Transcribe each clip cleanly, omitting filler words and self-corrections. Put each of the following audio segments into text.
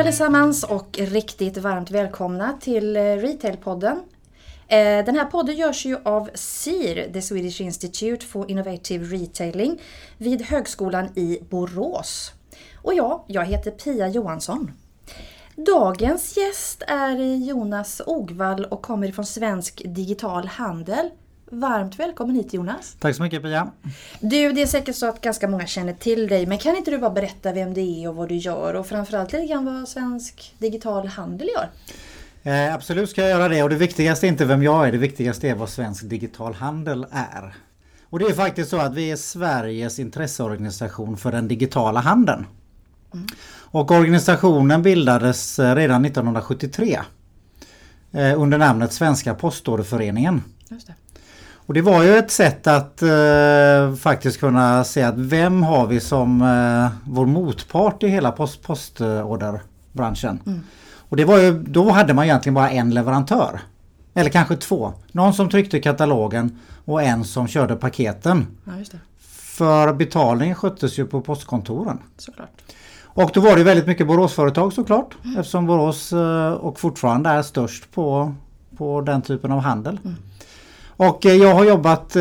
allesammans och riktigt varmt välkomna till Retailpodden. Den här podden görs ju av SIR, The Swedish Institute for Innovative Retailing, vid Högskolan i Borås. Och jag heter Pia Johansson. Dagens gäst är Jonas Ogvall och kommer från Svensk Digital Handel. Varmt välkommen hit, Jonas. Tack så mycket, Pia. Du, det är säkert så att ganska många känner till dig, men kan inte du bara berätta vem det är och vad du gör och framförallt lite grann vad Svensk Digital Handel gör? Absolut ska jag göra det, och det viktigaste är inte vem jag är, det viktigaste är vad Svensk Digital Handel är. Och det är faktiskt så att vi är Sveriges intresseorganisation för den digitala handeln. Och organisationen bildades redan 1973 under namnet Svenska Postorderföreningen. Just det. Och det var ju ett sätt att faktiskt kunna se att vem har vi som vår motpart i hela postorderbranschen. Och det var ju, då hade man egentligen bara en leverantör. Eller kanske två. Någon som tryckte katalogen och en som körde paketen. Ja, just det. För betalningen sköttes ju på postkontoren. Såklart. Och då var det väldigt mycket Boråsföretag såklart. Eftersom Borås och fortfarande är störst på den typen av handel. Och jag har jobbat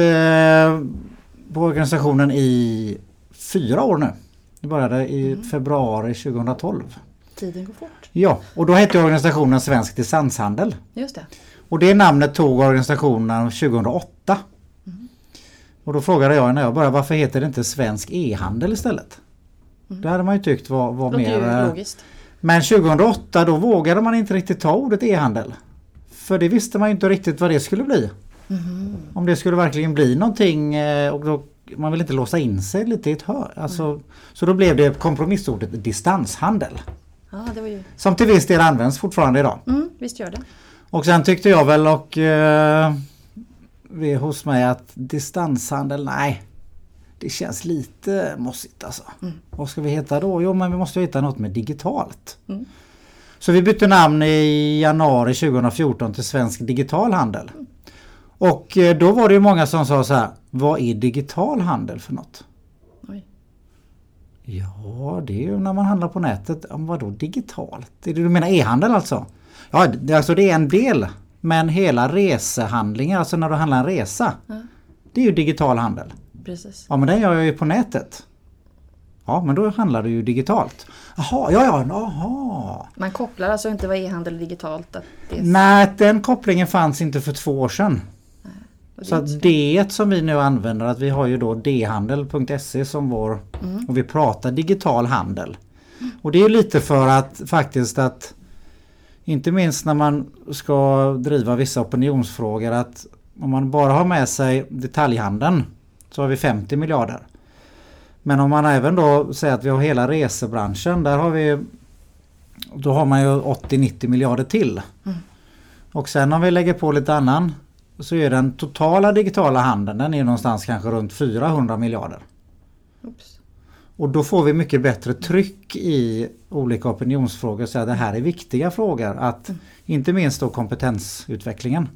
på organisationen i 4 år nu. Det började i februari 2012. Tiden går fort. Ja, och då hette organisationen Svensk Distanshandel. Just det. Och det namnet tog organisationen 2008. Och då frågade jag när jag började, varför heter det inte Svensk E-handel istället? Det hade man ju tyckt var mer logiskt. Men 2008 då vågade man inte riktigt ta ordet e-handel. För det visste man ju inte riktigt vad det skulle bli. Om det skulle verkligen bli någonting, och då, man vill inte låsa in sig lite i ett hör. Alltså, så då blev det kompromissordet distanshandel. Ja, det var ju... Som till viss del används fortfarande idag. Visst gör det. Och sen tyckte jag väl vi hos mig att distanshandel, nej, det känns lite mossigt alltså. Vad ska vi heta då? Jo, men vi måste hitta något med digitalt. Så vi bytte namn i januari 2014 till Svensk Digital Handel. Och då var det ju många som sa så här, vad är digital handel för något? Oj. Ja, det är ju när man handlar på nätet. Vad då digitalt? Är det du menar e-handel alltså? Ja, det är en del. Men hela resehandlingar, alltså när du handlar en resa, det är ju digital handel. Precis. Ja, men den gör jag ju på nätet. Ja, men då handlar det ju digitalt. Jaha. Man kopplar alltså inte vad e-handel digitalt? Att det är... Nej, den kopplingen fanns inte för 2 år sedan. Så att det som vi nu använder, att vi har ju då dhandel.se som vår, och vi pratar digital handel. Och det är lite för att faktiskt att, inte minst när man ska driva vissa opinionsfrågor, att om man bara har med sig detaljhandeln så har vi 50 miljarder. Men om man även då säger att vi har hela resebranschen, då har man ju 80-90 miljarder till. Och sen om vi lägger på lite annan, så är den totala digitala handeln, den är någonstans kanske runt 400 miljarder. Oops. Och då får vi mycket bättre tryck i olika opinionsfrågor, så att det här är viktiga frågor, att inte minst då kompetensutvecklingen.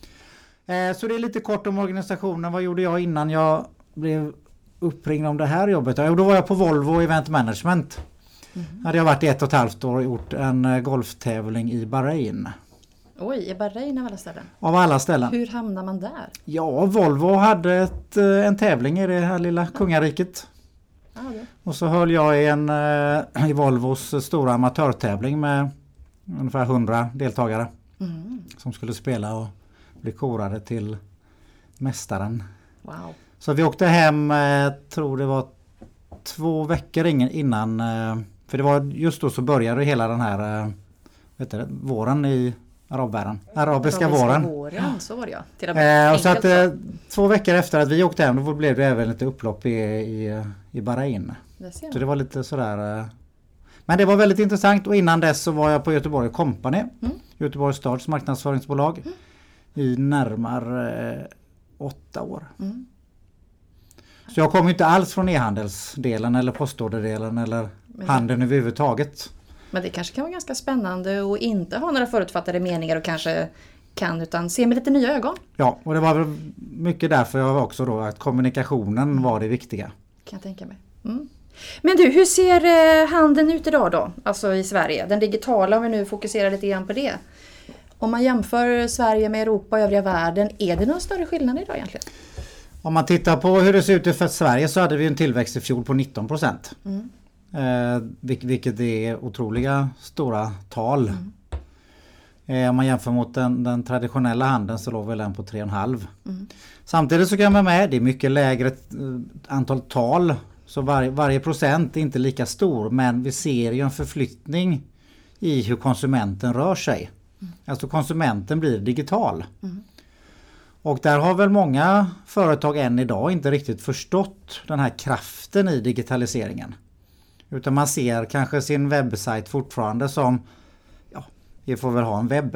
Så det är lite kort om organisationen. Vad gjorde jag innan jag blev uppringd om det här jobbet? Då var jag på Volvo Event Management. Hade jag varit i 1,5 år och gjort en golftävling i Bahrain. Oj, i Bahrain av alla ställen? Av alla ställen. Hur hamnar man där? Ja, Volvo hade en tävling i det här lilla kungariket. Och så höll jag i Volvos stora amatörtävling med ungefär 100 deltagare. Som skulle spela och bli korade till mästaren. Wow. Så vi åkte hem, tror det var 2 veckor innan, för det var just då så började hela den här våren i arabvärlden. Arabiska våren. Så var det och så att 2 veckor efter att vi åkte hem, då blev det även lite upplopp i Bahrain. Så det var lite sådär. Men det var väldigt intressant, och innan dess så var jag på Göteborg Company, Göteborgs stads marknadsföringsbolag, i närmare 8 år. Så jag kom inte alls från e-handelsdelen eller postorderdelen eller handeln överhuvudtaget. Men det kanske kan vara ganska spännande att inte ha några förutfattade meningar och kanske utan se med lite nya ögon. Ja, och det var väl mycket därför jag också då att kommunikationen var det viktiga. Kan jag tänka mig. Men du, hur ser handeln ut idag då? Alltså i Sverige. Den digitala, om vi nu fokuserar lite grann på det. Om man jämför Sverige med Europa och övriga världen, är det någon större skillnad idag egentligen? Om man tittar på hur det ser ut för Sverige så hade vi en tillväxt i fjol på 19%. Vilket är otroliga stora tal. Om man jämför mot den traditionella handeln så låg väl den på 3,5. Samtidigt så kan man med, det är mycket lägre antal tal. Så varje procent är inte lika stor, men vi ser ju en förflyttning i hur konsumenten rör sig. Alltså konsumenten blir digital. Och där har väl många företag än idag inte riktigt förstått den här kraften i digitaliseringen. Utan man ser kanske sin webbsajt fortfarande som, ja, vi får väl ha en webb.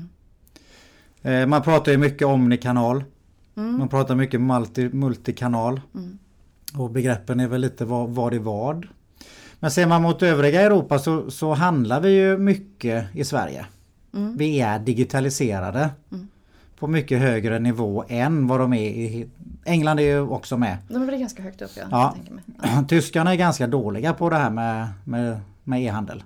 Man pratar ju mycket omnikanal. Man pratar mycket multikanal. Och begreppen är väl lite vad är vad. Men ser man mot övriga Europa så handlar vi ju mycket i Sverige. Vi är digitaliserade på mycket högre nivå än vad de är i England är ju också med. De är väl ganska högt upp, ja. Tänker mig. Tyskarna är ganska dåliga på det här med e-handel.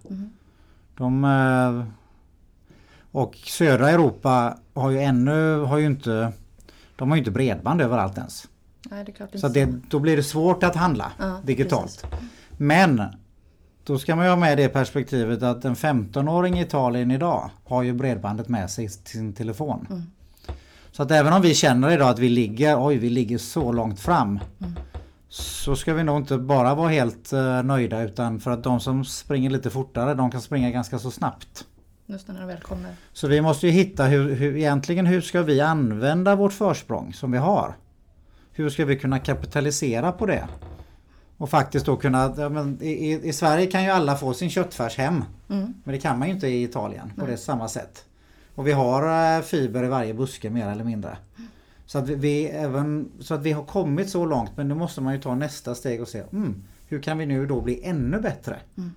Och södra Europa har ju inte bredband överallt ens. Nej, det är klart så då blir det svårt att handla digitalt. Precis. Men då ska man ju ha med det perspektivet att en 15-åring i Italien idag har ju bredbandet med sig till sin telefon. Så att även om vi känner idag att vi ligger så långt fram så ska vi nog inte bara vara helt nöjda, utan för att de som springer lite fortare, de kan springa ganska så snabbt. Just när de väl kommer. Så vi måste ju hitta hur ska vi använda vårt försprång som vi har? Hur ska vi kunna kapitalisera på det? Och faktiskt då kunna, i Sverige kan ju alla få sin köttfärs hem. Men det kan man ju inte i Italien på det samma sätt. Och vi har fiber i varje buske mer eller mindre. Så att vi har kommit så långt, men nu måste man ju ta nästa steg och se hur kan vi nu då bli ännu bättre?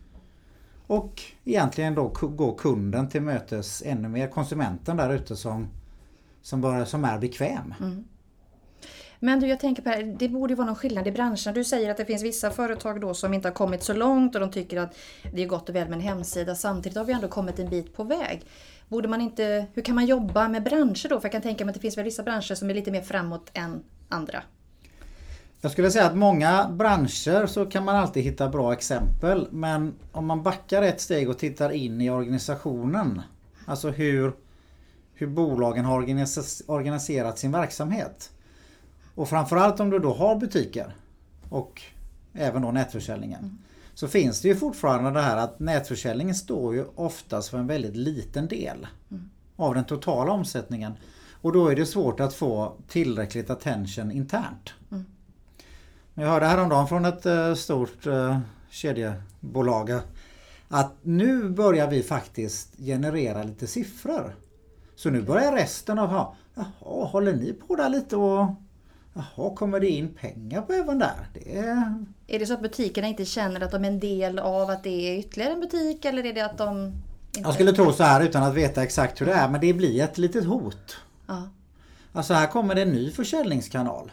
Och egentligen då gå kunden till mötes ännu mer, konsumenten där ute som är bekväm. Men du, jag tänker på här, det borde ju vara någon skillnad i branschen. Du säger att det finns vissa företag då som inte har kommit så långt och de tycker att det är gott och väl med en hemsida. Samtidigt har vi ändå kommit en bit på väg. Hur kan man jobba med branscher då? För jag kan tänka mig att det finns väl vissa branscher som är lite mer framåt än andra. Jag skulle säga att många branscher så kan man alltid hitta bra exempel. Men om man backar ett steg och tittar in i organisationen. Alltså hur bolagen har organiserat sin verksamhet. Och framförallt om du då har butiker och även då nätförsäljningen. Så finns det ju fortfarande det här att nätförsäljningen står ju oftast för en väldigt liten del av den totala omsättningen. Och då är det svårt att få tillräckligt attention internt. Men jag hörde häromdagen från ett stort kedjebolag att nu börjar vi faktiskt generera lite siffror. Så nu börjar resten av håller ni på där lite och kommer det in pengar på även där? Är det så att butikerna inte känner att de är en del av att det är ytterligare en butik, eller är det att de inte... Jag skulle tro så här utan att veta exakt hur det är, men det blir ett litet hot. Alltså här kommer det en ny försäljningskanal.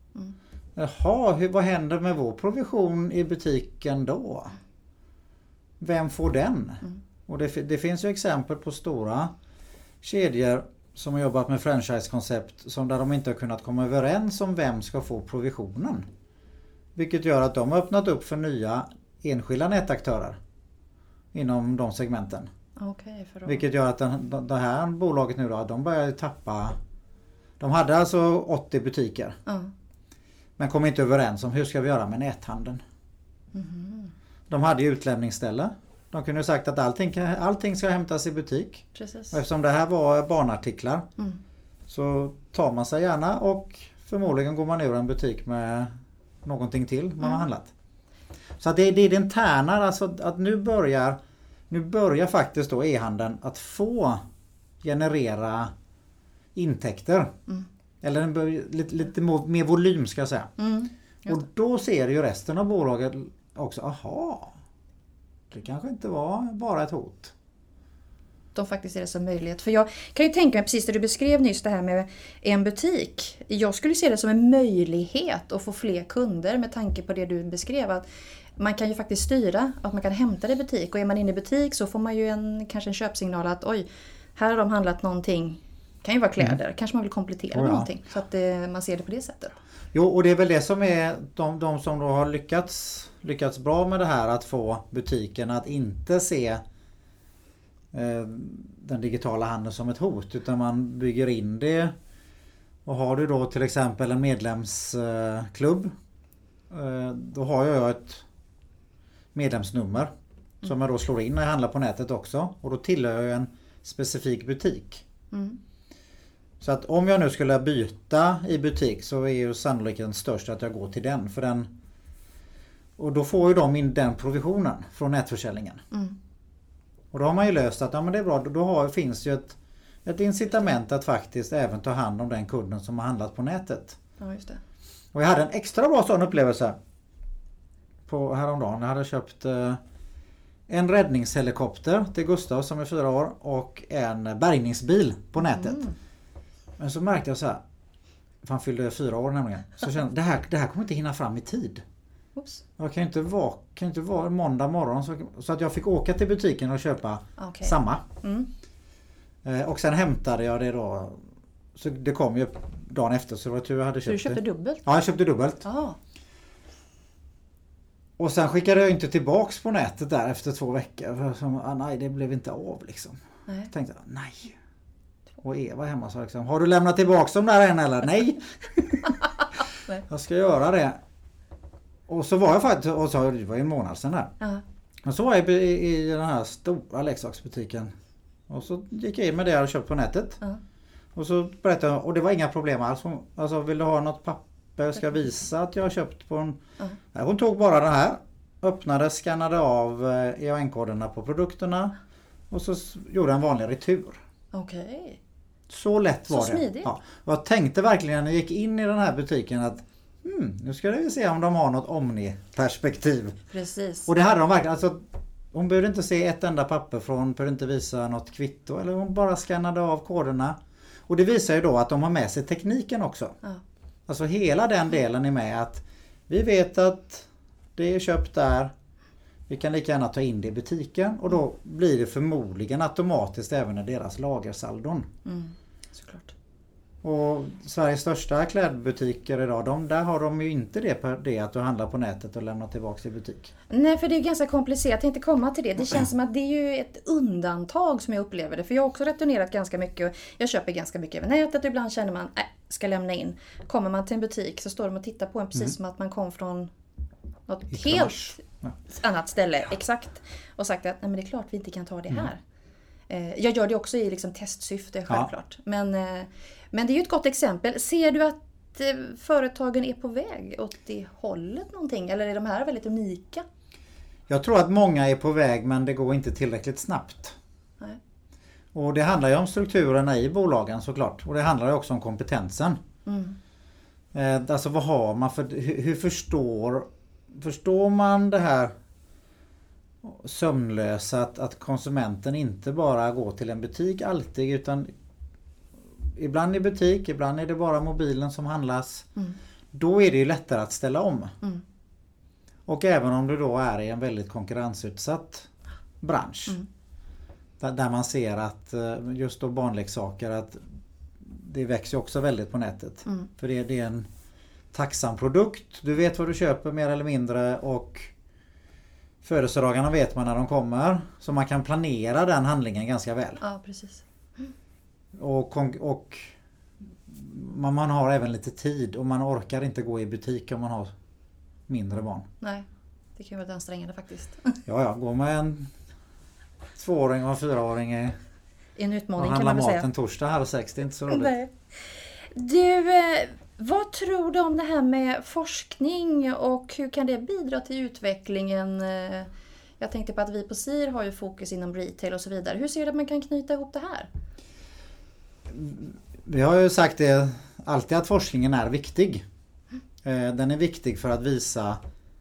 Vad händer med vår provision i butiken då? Vem får den? Och det finns ju exempel på stora kedjor som har jobbat med franchise-koncept där de inte har kunnat komma överens om vem ska få provisionen. Vilket gör att de har öppnat upp för nya enskilda nätaktörer inom de segmenten. Vilket gör att det här bolaget nu då, de börjar tappa. De hade alltså 80 butiker. Men kom inte överens om hur ska vi göra med näthandeln. De hade ju utlämningsställe. De kunde ju sagt att allting ska hämtas i butik. Precis. Och eftersom det här var barnartiklar så tar man sig gärna och förmodligen går man ur en butik med någonting till man har handlat. Så att det är det interna, alltså att nu börjar faktiskt då e-handeln att få generera intäkter. Eller lite mer volym ska jag säga. Och då ser ju resten av bolaget också, det kanske inte var bara ett hot. De faktiskt ser det som möjlighet. För jag kan ju tänka mig, precis det du beskrev nyss, det här med en butik. Jag skulle se det som en möjlighet att få fler kunder med tanke på det du beskrev. Att man kan ju faktiskt styra att man kan hämta det i butik. Och är man inne i butik så får man ju kanske en köpsignal att oj, här har de handlat någonting. Kan ju vara kläder, kanske man vill komplettera med någonting. Så att man ser det på det sättet. Jo, och det är väl det som är de som då har lyckats bra med det här, att få butiken att inte se den digitala handeln som ett hot, utan man bygger in det. Och har du då till exempel en medlemsklubb, då har jag ett medlemsnummer som jag då slår in när jag handlar på nätet också, och då tillhör jag en specifik butik. Så att om jag nu skulle byta i butik så är ju sannolikheten störst att jag går till den, för den, och då får ju de in den provisionen från nätförsäljningen. Och då har man ju löst att men det är bra, då finns ju ett incitament att faktiskt även ta hand om den kunden som har handlat på nätet. Ja, just det. Och jag hade en extra bra sån upplevelse på häromdagen. Jag hade köpt en räddningshelikopter till Gustav som är 4 år och en bärgningsbil på nätet. Men så märkte jag så här, för han fyllde 4 år nämligen, så kände jag det här kommer inte hinna fram i tid. Oops. Jag kan inte vara måndag morgon så att jag fick åka till butiken och köpa samma. Och sen hämtade jag det då, så det kom ju dagen efter, så det var tur jag hade köpt det. Så du köpte dubbelt? Ja, jag köpte dubbelt. Och sen skickade jag inte tillbaks på nätet där efter 2 veckor. För nej, det blev inte av liksom. Jag tänkte, nej. Och Eva hemma sa liksom, har du lämnat tillbaks dem där än eller? Nej. Jag ska göra det. Och så var jag faktiskt, och så det var ju en månad sedan där. Och så var jag i den här stora leksaksbutiken. Och så gick jag in med det jag hade köpt på nätet. Och så berättade jag, och det var inga problem alls. Alltså, vill du ha något papper? Jag ska visa att jag har köpt på en... Nej, hon tog bara det här, öppnade, skannade av EAN-koderna på produkterna. Och så gjorde en vanlig retur. Okej. Så lätt var det. Så smidigt. Ja. Och jag tänkte verkligen när jag gick in i den här butiken att nu ska vi se om de har något omni-perspektiv. Precis. Och det hade de verkligen. Alltså, hon behövde inte se ett enda papper från, behövde inte visa något kvitto. Eller hon bara skannade av koderna. Och det visar ju då att de har med sig tekniken också. Alltså hela den delen är med, att vi vet att det är köpt där. Vi kan lika gärna ta in det i butiken. Och då blir det förmodligen automatiskt även i deras lagersaldon. Såklart. Och Sveriges största klädbutiker idag, där har de ju inte det att du handlar på nätet och lämnar tillbaka till butik. Nej, för det är ganska komplicerat. Jag tänkte komma till det. Det känns som att det är ju ett undantag som jag upplever det. För jag har också returnerat ganska mycket. Jag köper ganska mycket över nätet. Och ibland känner man, ska lämna in. Kommer man till en butik så står de och tittar på en precis som att man kom från något helt annat ställe. Exakt. Och sagt att nej, men det är klart vi inte kan ta det här. Jag gör det också i liksom testsyfte, självklart. Men det är ju ett gott exempel. Ser du att företagen är på väg åt det hållet någonting? Eller är de här väldigt unika? Jag tror att många är på väg, men det går inte tillräckligt snabbt. Nej. Och det handlar ju om strukturerna i bolagen såklart. Och det handlar ju också om kompetensen. Alltså vad har man för... Hur förstår man det här sömnlösa, att konsumenten inte bara går till en butik alltid, utan ibland i butik, ibland är det bara mobilen som handlas. Då är det ju lättare att ställa om. Och även om du då är i en väldigt konkurrensutsatt bransch, där man ser att just då barnleksaker, att det växer också väldigt på nätet. För det är en tacksam produkt. Du vet vad du köper mer eller mindre, och födelsedagarna vet man när de kommer. Så man kan planera den handlingen ganska väl. Ja, precis. Och man har även lite tid, och man orkar inte gå i butik om man har mindre barn. Nej, det kan ju vara ansträngande faktiskt. Ja, går med en 2-åring och en 4-åring i en utmaning och kan man väl säga. En torsdag 5:30, det är inte så roligt. Nej. Du, vad tror du om det här med forskning och hur kan det bidra till utvecklingen? Jag tänkte på att vi på SIR har ju fokus inom retail och så vidare. Hur ser du att man kan knyta ihop det här? Vi har ju sagt det alltid, att forskningen är viktig. Den är viktig för att visa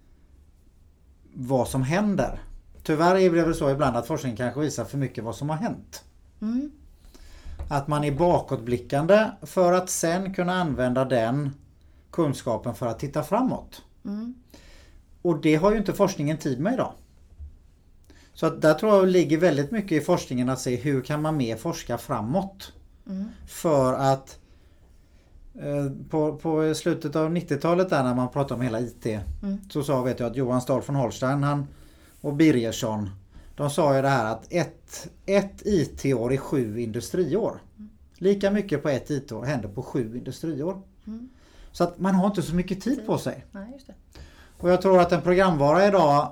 vad som händer. Tyvärr är det väl så ibland att forskningen kanske visar för mycket vad som har hänt. Att man är bakåtblickande för att sen kunna använda den kunskapen för att titta framåt. Och det har ju inte forskningen tid med idag. Så att där tror jag ligger väldigt mycket i forskningen att se hur kan man mer forska framåt. För att på slutet av 90-talet där när man pratade om hela IT så vet jag att Johan Stahl von Holstein och Birgersson, de sa ju det här att ett IT-år är 7 industriår. Lika mycket på ett IT-år händer på 7 industriår. Så att man har inte så mycket tid på sig. Nej, just det. Och jag tror att en programvara idag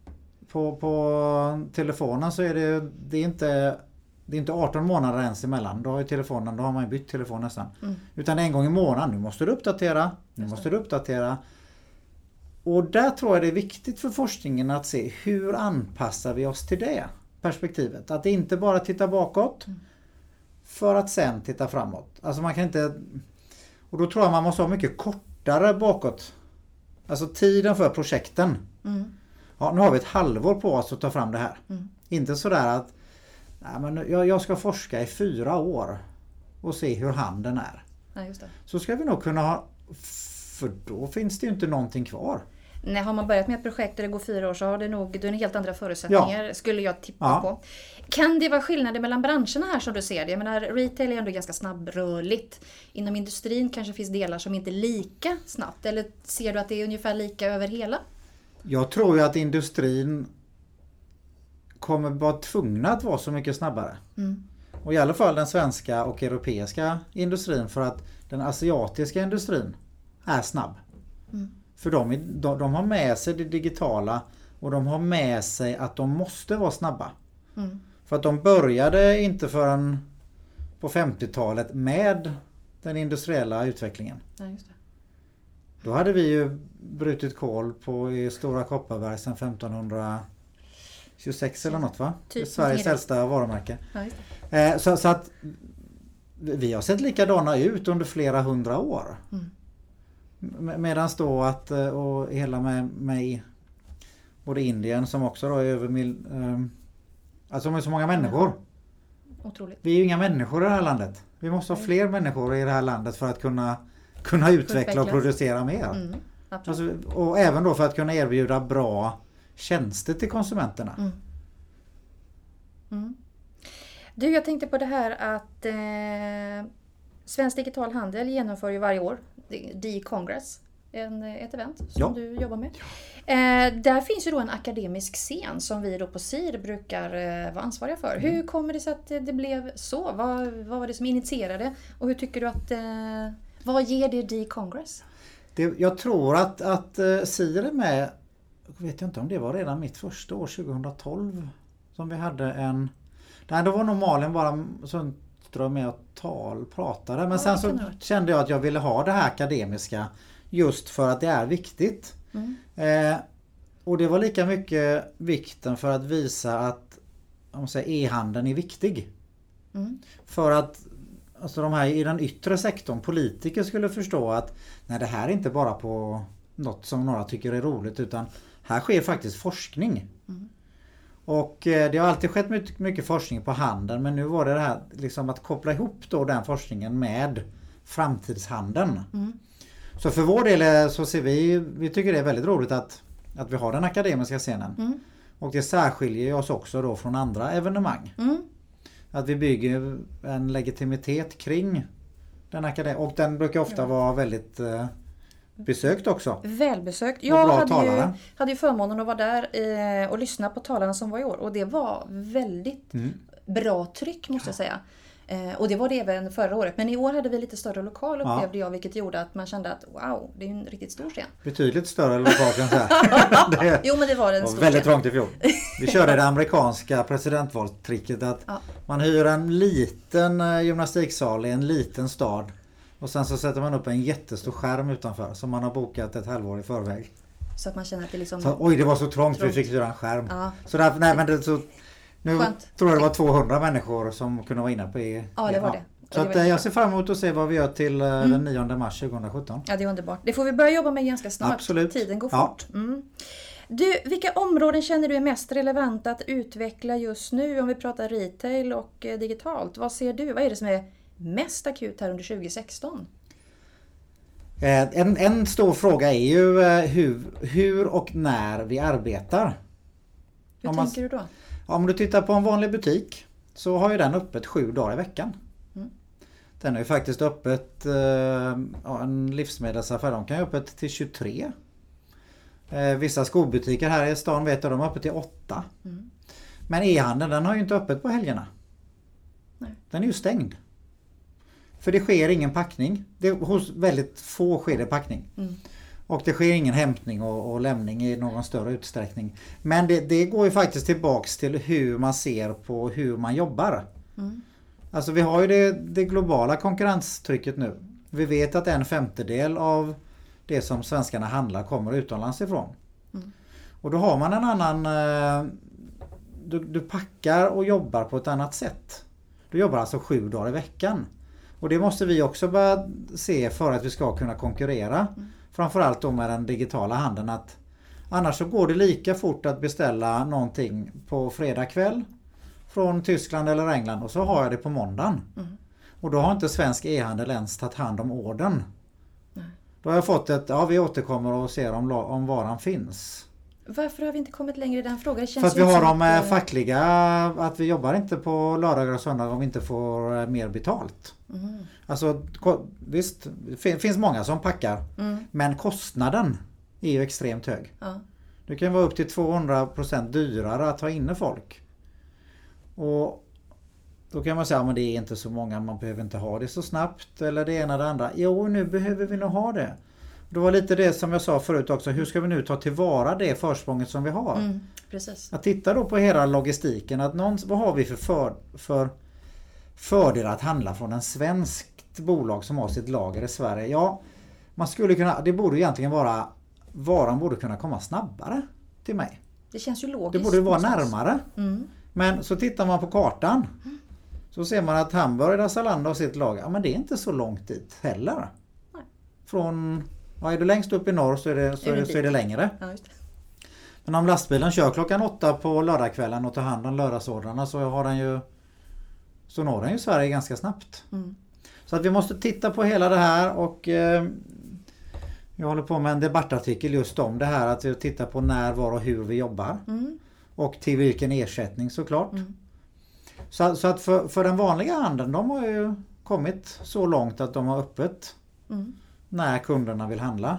på telefonen så är det är inte 18 månader ens emellan. Då har ju telefonen, då har man ju bytt telefon nästan. Utan en gång i månaden. Nu måste du uppdatera. Och där tror jag det är viktigt för forskningen att se hur anpassar vi oss till det perspektivet. Att inte bara titta bakåt för att sen titta framåt. Alltså man kan inte... Och då tror jag man måste ha mycket kortare bakåt. Alltså tiden för projekten. Ja, nu har vi ett halvår på oss att ta fram det här. Inte sådär att nej, men jag ska forska i 4 år och se hur handeln är. Nej, just det. Så ska vi nog kunna ha, för då finns det ju inte någonting kvar. Nej, har man börjat med ett projekt där det går 4 år så har det nog helt andra förutsättningar skulle jag tippa på. Kan det vara skillnader mellan branscherna här som du ser det? Jag menar, retail är ändå ganska snabbrörligt. Inom industrin kanske finns delar som inte är lika snabbt. Eller ser du att det är ungefär lika över hela? Jag tror ju att industrin kommer vara tvungna att vara så mycket snabbare. Och i alla fall den svenska och europeiska industrin, för att den asiatiska industrin är snabb. För de har med sig det digitala och de har med sig att de måste vara snabba. För att de började inte förrän på 50-talet med den industriella utvecklingen. Ja, just det. Då hade vi ju brutit kol i Stora Kopparberg sedan 1526 eller något, va? Typ Sveriges äldsta varumärke. Ja, just det. Så att vi har sett likadana ut under flera 100 år. Medan då att och hela med både Indien som också då är över alltså de är så många människor. Otroligt. Vi är ju inga människor i det här landet. Vi måste ha fler människor i det här landet för att kunna utveckla och producera mer. Alltså, och även då för att kunna erbjuda bra tjänster till konsumenterna. Du, jag tänkte på det här att Svensk Digital Handel genomför ju varje år D-Congress, ett event som du jobbar med. Där finns ju då en akademisk scen som vi då på CIR brukar vara ansvariga för. Hur kommer det sig att det blev så? Vad var det som initierade? Och hur tycker du att vad ger det D-Congress? Jag tror att CIR är med, jag vet inte om det var redan mitt första år 2012 som vi hade en. Nej, då var nog Malin bara Sundström med och pratade. Men sen så kände jag att jag ville ha det här akademiska just för att det är viktigt. Och det var lika mycket vikten för att visa att e-handeln är viktig. För att alltså de här i den yttre sektorn, politiker skulle förstå att nej, det här är inte bara på något som några tycker är roligt, utan här sker faktiskt forskning. Och det har alltid skett mycket forskning på handeln, men nu var det här liksom att koppla ihop då den forskningen med framtidshandeln. Så för vår del så ser vi tycker det är väldigt roligt att vi har den akademiska scenen. Och det särskiljer oss också då från andra evenemang. Att vi bygger en legitimitet kring den akademiska, och den brukar ofta vara väldigt besökt också. Välbesökt. Jag hade ju förmånen att vara där och lyssna på talarna som var i år. Och det var väldigt bra tryck, måste jag säga. Och det var det även förra året. Men i år hade vi lite större lokal, upplevde jag, vilket gjorde att man kände att wow, det är en riktigt stor scen. Betydligt större lokal kan jag säga. Jo, men det var en stor väldigt trångt i fjol. Vi körde det amerikanska presidentvalstricket att man hyr en liten gymnastiksal i en liten stad. Och sen så sätter man upp en jättestor skärm utanför som man har bokat ett halvår i förväg. Så att man känner att det liksom... Så, oj, det var så trångt. Vi fick hyra en skärm. Så där, nej, men det så... Nu tror jag det var 200 människor som kunde vara inne på Ja, det var det. Så att, jag ser fram emot att se vad vi gör till den 9 mars 2017. Ja, det är underbart. Det får vi börja jobba med ganska snart. Absolut. Tiden går fort. Du, vilka områden känner du är mest relevanta att utveckla just nu om vi pratar retail och digitalt? Vad ser du? Vad är det som är mest akut här under 2016? En stor fråga är ju hur och när vi arbetar. Hur tänker du då? Om du tittar på en vanlig butik så har ju den öppet 7 dagar i veckan. Den är ju faktiskt öppet, en livsmedelsaffär, de kan ju öppet till 23. Vissa skobutiker här i stan vet jag, de är öppet till 8. Men e-handeln, den har ju inte öppet på helgerna. Nej. Den är ju stängd. För det sker ingen packning. Hos väldigt få sker det packning. Och det sker ingen hämtning och lämning i någon större utsträckning. Men det går ju faktiskt tillbaks till hur man ser på hur man jobbar. Alltså vi har ju det globala konkurrenstrycket nu. Vi vet att 1/5 av det som svenskarna handlar kommer utomlands ifrån. Och då har man en annan... Du packar och jobbar på ett annat sätt. Du jobbar alltså 7 dagar i veckan. Och det måste vi också börja se för att vi ska kunna konkurrera. Framförallt då med den digitala handeln. Att annars så går det lika fort att beställa någonting på fredag kväll från Tyskland eller England och så har jag det på måndagen. Och då har inte svensk e-handel ens tagit hand om ordern. Då har jag fått vi återkommer och ser om varan finns. Varför har vi inte kommit längre i den frågan? För att vi har de fackliga, att vi jobbar inte på lördagar och söndagar om vi inte får mer betalt. Alltså visst, det finns många som packar. Men kostnaden är ju extremt hög. Det kan vara upp till 200% dyrare att ha inne folk. Och då kan man säga att det är inte så många, man behöver inte ha det så snabbt eller det ena eller det andra. Jo, nu behöver vi nog ha det. Det var lite det som jag sa förut också. Hur ska vi nu ta tillvara det försprånget som vi har? Precis. Att titta då på hela logistiken. Vad har vi för fördel att handla från en svenskt bolag som har sitt lager i Sverige? Ja, man skulle kunna, det borde egentligen vara, varan borde kunna komma snabbare till mig. Det känns ju logiskt. Det borde vara närmare. Men så tittar man på kartan. Så ser man att Hamburg och Zalando har sitt lager. Ja, men det är inte så långt dit heller. Nej. Från... är du längst upp i norr så är det längre. Ja, just det. Men om lastbilen kör klockan 8 på lördagskvällen och tar hand om lördagsordrarna så når den ju Sverige ganska snabbt. Så att vi måste titta på hela det här och jag håller på med en debattartikel just om det här att vi tittar på när, var och hur vi jobbar. Och till vilken ersättning såklart. Så att för den vanliga handeln, de har ju kommit så långt att de har öppet. När kunderna vill handla.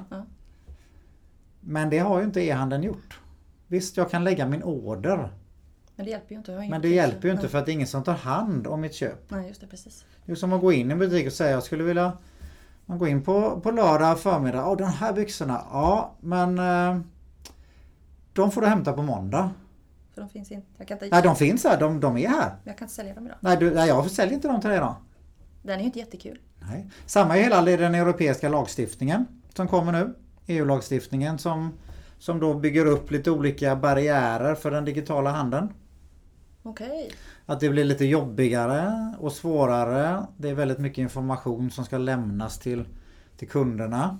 Men det har ju inte e-handeln gjort. Visst, jag kan lägga min order. Men det hjälper ju inte. Men det hjälper ju inte för att det är ingen som tar hand om mitt köp. Nej, just det, precis. Det är som att gå in i en butik och säga jag skulle vilja... Man går in på lördag förmiddag. De här byxorna. Ja, men... de får du hämta på måndag. För de finns inte. Jag kan inte... Nej, de finns här. De är här. Jag kan inte sälja dem idag. Nej, jag säljer inte dem till dig då. Den är ju inte jättekul. Nej. Samma är hela den europeiska lagstiftningen som kommer nu. EU-lagstiftningen som då bygger upp lite olika barriärer för den digitala handeln. Okej. Att det blir lite jobbigare och svårare. Det är väldigt mycket information som ska lämnas till kunderna.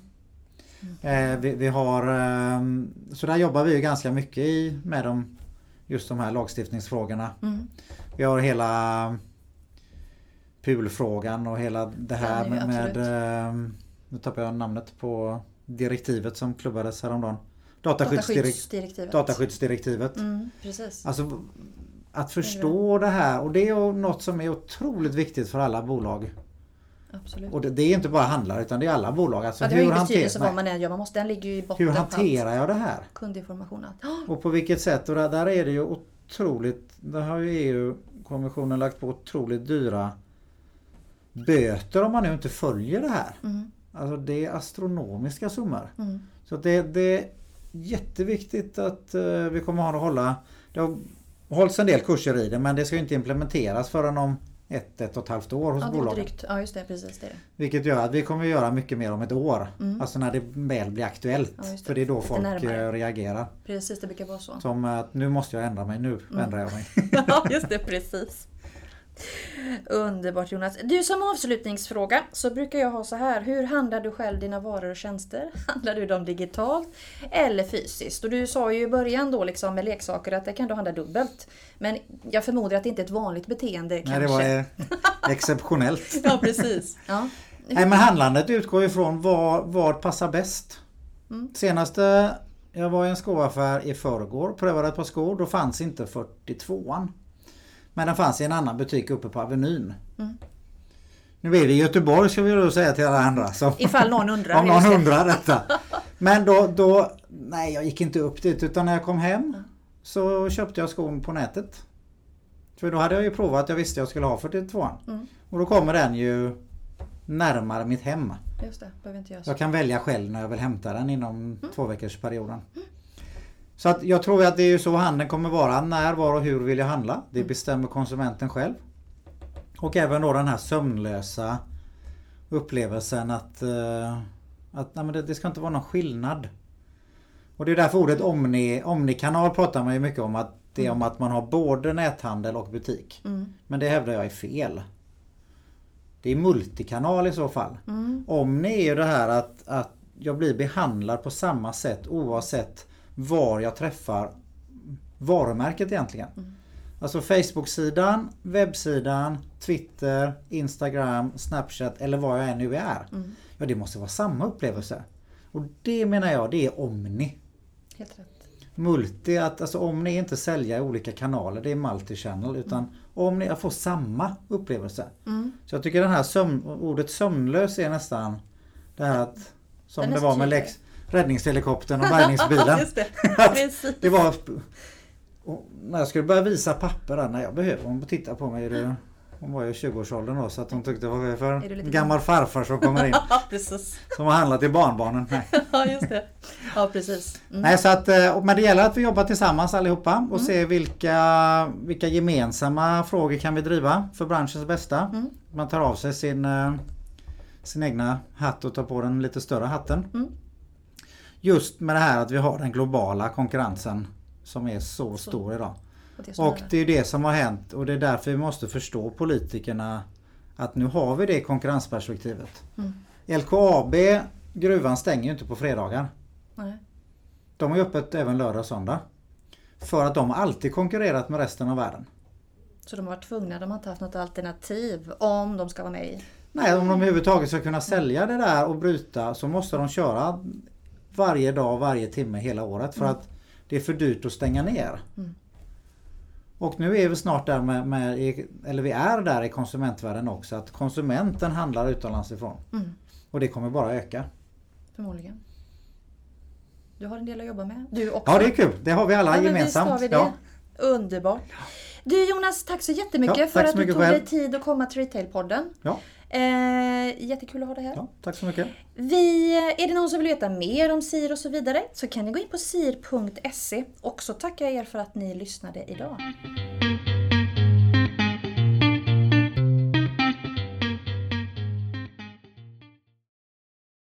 Vi har, så där jobbar vi ju ganska mycket med just de här lagstiftningsfrågorna. Vi har hela PUL-frågan och hela det här med nu tappar jag namnet på direktivet som klubbades häromdagen. Dataskyddsdirektivet. Precis. Alltså att förstå det här, och det är något som är otroligt viktigt för alla bolag. Absolut. Och det är inte bara handlare utan det är alla bolag. Alltså, det har ju betydelse vad man än gör. Den ligger ju i botten. Hur hanterar jag det här? Kundinformationen. Och på vilket sätt? Och där är det ju otroligt, där har ju EU-kommissionen lagt på otroligt dyra böter om man nu inte följer det här. Alltså det är astronomiska summor. Så det är jätteviktigt att vi kommer att hålla. Det har hållits en del kurser i det, men det ska ju inte implementeras förrän om 1,5 år hos bolaget. Drygt. Ja, just det, precis det. Vilket gör att vi kommer att göra mycket mer om ett år. Alltså när det väl blir aktuellt. Ja, för det är då folk reagerar. Precis, det brukar vara så. Som att nu måste jag ändra mig, nu ändrar jag mig. Ja, just det, precis. Underbart Jonas. Du, som avslutningsfråga så brukar jag ha så här. Hur handlar du själv dina varor och tjänster? Handlar du dem digitalt eller fysiskt? Och du sa ju i början då liksom med leksaker att det kan du handla dubbelt. Men jag förmodar att det inte är ett vanligt beteende kanske. Nej, det var exceptionellt. Ja, precis. Ja. Nej, men handlandet utgår ifrån vad passar bäst. Senaste jag var i en skoaffär i förrgår, prövade ett par skor, då fanns inte 42an. Men den fanns i en annan butik uppe på Avenyn. Nu är det i Göteborg, ska vi då säga till alla andra. Ifall någon undrar. Om någon undrar detta. Men då, nej, jag gick inte upp dit, utan när jag kom hem så köpte jag skon på nätet. För då hade jag ju provat, jag visste jag skulle ha 42an. Och då kommer den ju närmare mitt hem. Just det, behöver inte göra så. Jag kan välja själv när jag vill hämta den inom 2-veckorsperioden. Så att jag tror att det är ju så handeln kommer vara. När, var och hur vill jag handla? Det bestämmer konsumenten själv. Och även då den här sömnlösa upplevelsen att nej, men det ska inte vara någon skillnad. Och det är därför ordet omnikanal pratar man ju mycket om, att det är om att man har både näthandel och butik. Men det hävdar jag är fel. Det är multikanal i så fall. Omni är ju det här att jag blir behandlad på samma sätt oavsett var jag träffar varumärket egentligen. Alltså Facebook-sidan, webbsidan, Twitter, Instagram, Snapchat eller vad jag än nu är. Ja, det måste vara samma upplevelse. Och det menar jag, det är omni. Helt rätt. Multi, alltså omni är inte sälja i olika kanaler, det är multi-channel, utan omni, jag får samma upplevelse. Så jag tycker den här ordet sömnlös är nästan det här att, som det var med räddningshelikoptern och bärgningsbilen. Just det. Det var, när jag skulle börja visa papper där, när jag behöver, hon titta på mig, hon var ju 20-årsåldern då, så att hon tyckte det var för en gammal farfar som kommer in. Precis. Som har handlat i barnbarnen. Nej. Ja, just det. Ja, precis. Nej, så att, men det gäller att vi jobbar tillsammans allihopa och se vilka gemensamma frågor kan vi driva för branschens bästa. Man tar av sig sin egna hatt och tar på den lite större hatten. Just med det här att vi har den globala konkurrensen som är så stor idag. Och det är det som har hänt, och det är därför vi måste förstå politikerna att nu har vi det konkurrensperspektivet. LKAB, gruvan stänger ju inte på fredagar. Nej. De är öppet även lördag och söndag. För att de alltid konkurrerat med resten av världen. Så de har varit tvungna, de har inte haft något alternativ om de ska vara med i? Nej, om de överhuvudtaget ska kunna sälja det där och bryta, så måste de köra varje dag, varje timme hela året. För att det är för dyrt att stänga ner. Och nu är vi snart där eller vi är där i konsumentvärlden också, att konsumenten handlar utomlands ifrån. Och det kommer bara öka. Förmodligen. Du har en del att jobba med. Du också. Ja, det är kul. Det har vi alla gemensamt. Har vi det. Ja. Underbart. Du Jonas, tack så jättemycket för att du tog dig tid att komma till Retailpodden. Ja. Jättekul att ha det här. Ja, tack så mycket. Är det någon som vill veta mer om SIR och så vidare, så kan ni gå in på sir.se. Och så tackar jag er för att ni lyssnade idag.